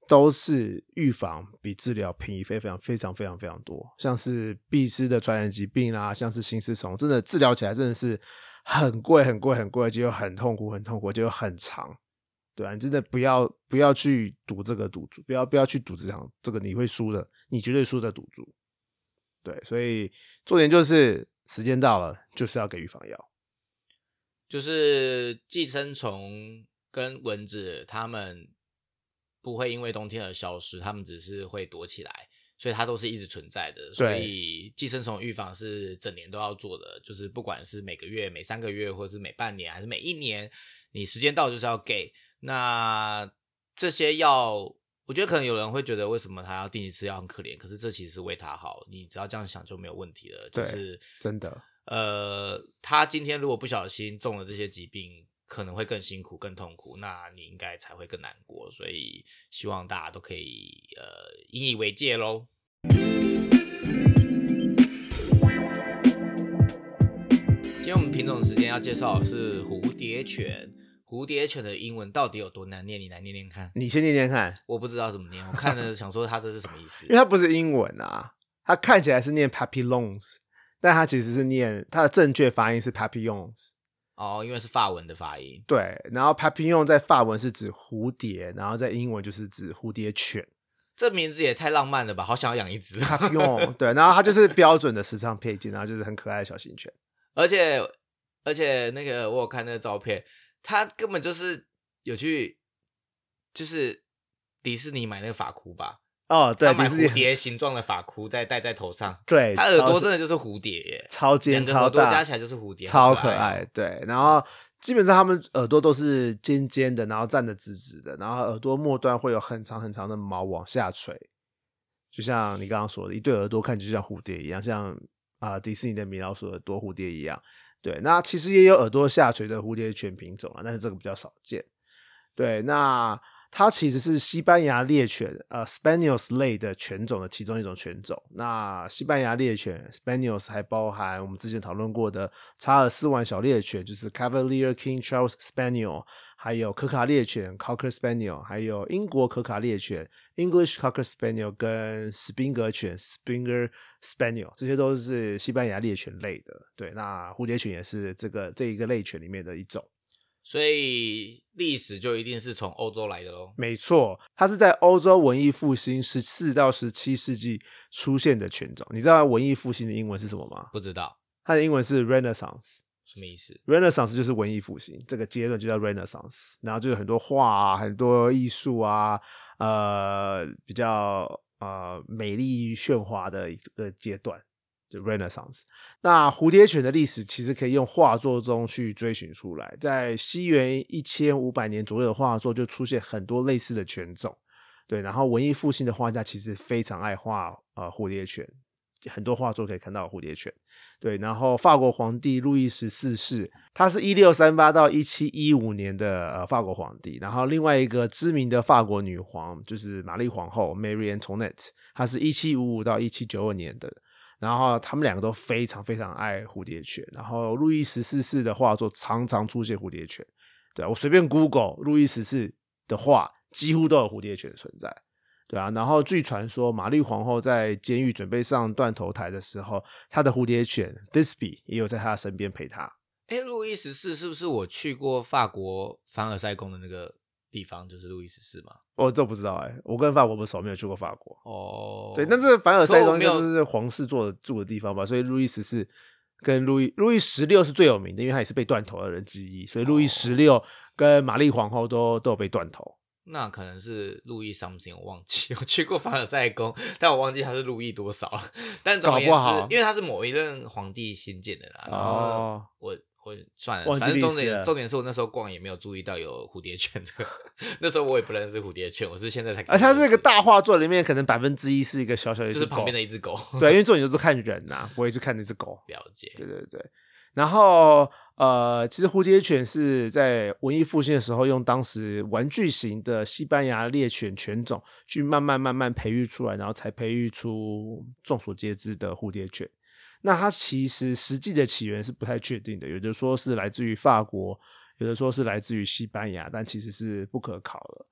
A: 都是预防比治疗便宜非常非常非常非常多，像是壁虱的传染疾病啊，像是心丝虫，真的治疗起来真的是很贵很贵很贵，结果很痛苦很痛苦，结果很长。对啊，你真的不要去赌这个赌注，不要去赌这个你会输的，你绝对输的赌注。对，所以重点就是时间到了，就是要给预防药。
B: 就是寄生虫跟蚊子，它们不会因为冬天而消失，它们只是会躲起来，所以它都是一直存在的。所以寄生虫预防是整年都要做的，就是不管是每个月、每3个月，或者是每半年，还是每1年，你时间到就是要给。那这些药，我觉得可能有人会觉得为什么他要定期吃药很可怜，可是这其实是为他好，你只要这样想就没有问题了。就是
A: 真的，
B: 他今天如果不小心中了这些疾病，可能会更辛苦、更痛苦，那你应该才会更难过。所以希望大家都可以引以为戒咯。今天我们品种时间要介绍的是蝴蝶犬。蝴蝶犬的英文到底有多难念？你来念念看。
A: 你先念念看。
B: 我不知道怎么念，我看了想说它这是什么意思。
A: 因为它不是英文啊，它看起来是念 papillons， 但它其实是念它的正确发音是 papillons。
B: 哦，因为是法文的发音。
A: 对，然后 papillon 在法文是指蝴蝶，然后在英文就是指蝴蝶犬。
B: 这名字也太浪漫了吧，好想要养一只。
A: papillon 对，然后它就是标准的时尚配件，然后就是很可爱的小型犬。
B: 而且那个我有看那个照片，他根本就是有去，就是迪士尼买那个发箍吧。
A: 哦，对，
B: 他买蝴蝶形状的发箍再戴在头上。
A: 对，
B: 他耳朵真的就是蝴蝶耶，
A: 超尖超大，
B: 两个耳朵加起来就是蝴蝶，
A: 超可爱。对，然后基本上他们耳朵都是尖尖的，然后站得直直的，然后耳朵末端会有很长很长的毛往下垂，就像你刚刚说的，一对耳朵看起来就像蝴蝶一样，像迪士尼的米老鼠耳朵蝴蝶一样。对，那其实也有耳朵下垂的蝴蝶犬品种，但是这个比较少见。对，那它其实是西班牙猎犬Spaniels 类的犬种的其中一种犬种。那西班牙猎犬 Spaniels 还包含我们之前讨论过的查尔斯丸小猎犬，就是 Cavalier King Charles Spaniel， 还有可卡猎犬 Cocker Spaniel， 还有英国可卡猎犬 English Cocker Spaniel 跟斯宾格犬 Springer Spaniel， 这些都是西班牙猎犬类的。对，那蝴蝶犬也是这一个类犬里面的一种。
B: 所以历史就一定是从欧洲来的咯。
A: 没错，它是在欧洲文艺复兴14到17世纪出现的犬种。你知道文艺复兴的英文是什么吗？
B: 不知道。
A: 它的英文是 Renaissance。
B: 什么意思？
A: Renaissance 就是文艺复兴，这个阶段就叫 Renaissance， 然后就有很多画啊，很多艺术啊，比较美丽炫华的一个阶段，就 Renaissance。 那蝴蝶犬的历史其实可以用画作中去追寻出来，在西元1500年左右的画作就出现很多类似的犬种。对，然后文艺复兴的画家其实非常爱画蝴蝶犬，很多画作可以看到蝴蝶犬。对，然后法国皇帝路易14世，他是1638到1715年的法国皇帝。然后另外一个知名的法国女皇就是玛丽皇后 Marie Antoinette， 她是1755到1792年的。然后他们两个都非常非常爱蝴蝶犬，然后路易14世的画作常常出现蝴蝶犬。对啊，我随便 Google 路易14世的画几乎都有蝴蝶犬存在。对啊，然后据传说玛丽皇后在监狱准备上断头台的时候，她的蝴蝶犬 Thisbe 也有在她身边陪她。
B: 路易14是不是我去过法国凡尔赛宫的那个地方就是路易14吗？
A: 这我不知道我跟法国不熟，没有去过法国。对，但是凡尔赛宫就是皇室住的地方吧，所以路易14跟路易16是最有名的，因为他也是被断头的人之一，所以路易16跟玛丽皇后都有被断头。
B: 那可能是路易 something， 我忘记，我去过凡尔赛宫，但我忘记他是路易多少了。但总而言之，因为他是某一任皇帝新建的啦，然后我算了，反正重点是我那时候逛也没有注意到有蝴蝶犬这个，那时候我也不认识蝴蝶犬，我是现在才。
A: 它是一个大画作里面可能1%是一个小小的一只狗，
B: 就是旁边的一只狗。
A: 对，因为重点就是看人啊，不会去看那只狗。
B: 了解。
A: 对对对。然后其实蝴蝶犬是在文艺复兴的时候用当时玩具型的西班牙猎犬犬种去慢慢培育出来，然后才培育出众所皆知的蝴蝶犬。那它其实实际的起源是不太确定的，有的说是来自于法国，有的说是来自于西班牙，但其实是不可考的。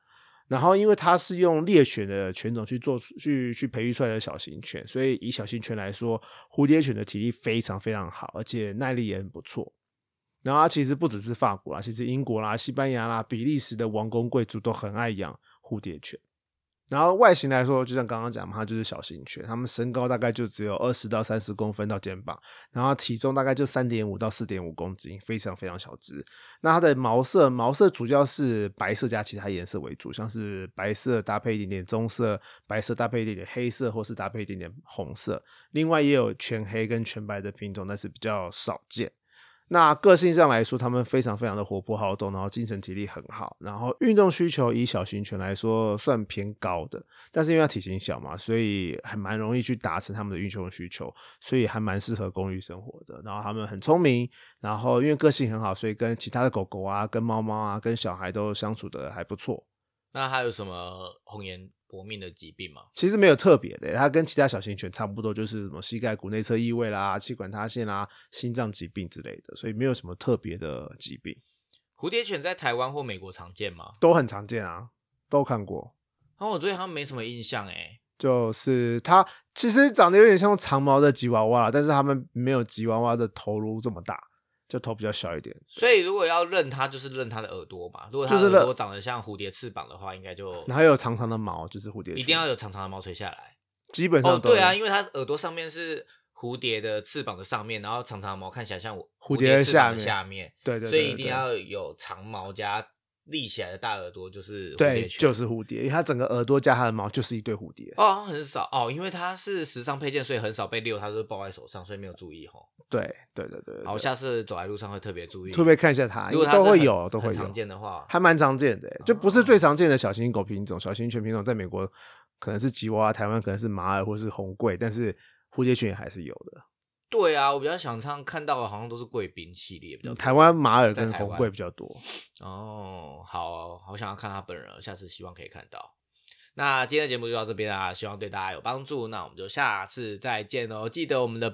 A: 然后因为它是用猎犬的犬种去培育出来的小型犬，所以以小型犬来说，蝴蝶犬的体力非常非常好，而且耐力也很不错。然后它其实不只是法国啦，其实英国啦、西班牙啦、比利时的王公贵族都很爱养蝴蝶犬。然后外形来说，就像刚刚讲嘛，它就是小型犬，它们身高大概就只有20到30公分到肩膀，然后体重大概就3.5到4.5公斤，非常非常小只。那它的毛色主要是白色加其他颜色为主，像是白色搭配一点点棕色，白色搭配一点点黑色，或是搭配一点点红色。另外也有全黑跟全白的品种，但是比较少见。那个性上来说，他们非常非常的活泼好动，然后精神体力很好，然后运动需求以小型犬来说算偏高的，但是因为它体型小嘛，所以还蛮容易去达成他们的运动需求，所以还蛮适合公寓生活的。然后他们很聪明，然后因为个性很好，所以跟其他的狗狗啊、跟猫猫啊、跟小孩都相处的还不错。
B: 那还有什么红颜薄命的疾病吗？
A: 其实没有特别的，它跟其他小型犬差不多，就是什么膝盖骨内侧异位啦、气管塌陷啦、心脏疾病之类的，所以没有什么特别的疾病。
B: 蝴蝶犬在台湾或美国常见吗？
A: 都很常见啊，都看过。
B: 然后我对它没什么印象诶。
A: 就是它其实长得有点像长毛的吉娃娃啦，但是它们没有吉娃娃的头颅这么大，就头比较小一点。
B: 所以如果要认它，就是认它的耳朵嘛。如果它的耳朵长得像蝴蝶翅膀的话，应该就
A: 然后有长长的毛，就是蝴蝶犬，
B: 一定要有长长的毛垂下来。
A: 基本上都
B: 对啊，因为它耳朵上面是蝴蝶的翅膀的上面，然后长长的毛看起来像
A: 蝴蝶
B: 翅膀的下面，
A: 对，
B: 所以一定要有长毛加立起来的大耳朵，就是蝴蝶犬，
A: 就是蝴蝶，因为它整个耳朵加它的毛就是一对蝴蝶。
B: 很少因为它是时尚配件，所以很少被遛，它都是抱在手上，所以没有注意吼。
A: 对。
B: 好，下次走在路上会特别注意，
A: 特别看一下它，
B: 如果它
A: 都会有
B: 常见的话，
A: 还蛮常见的，就不是最常见的小型狗品种，小型犬品种在美国可能是吉娃娃，台湾可能是马尔或是红贵，但是蝴蝶犬也还是有的。
B: 对啊，我比较想看到的好像都是贵宾系列比较多，
A: 台湾马尔跟红贵比较多。
B: 好想要看他本人，下次希望可以看到。那今天的节目就到这边啦，希望对大家有帮助。那我们就下次再见哦！记得我们的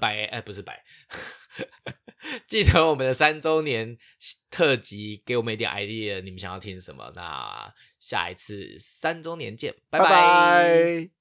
B: 记得我们的3周年特辑，给我们一点 idea， 你们想要听什么？那下一次3周年见，拜拜。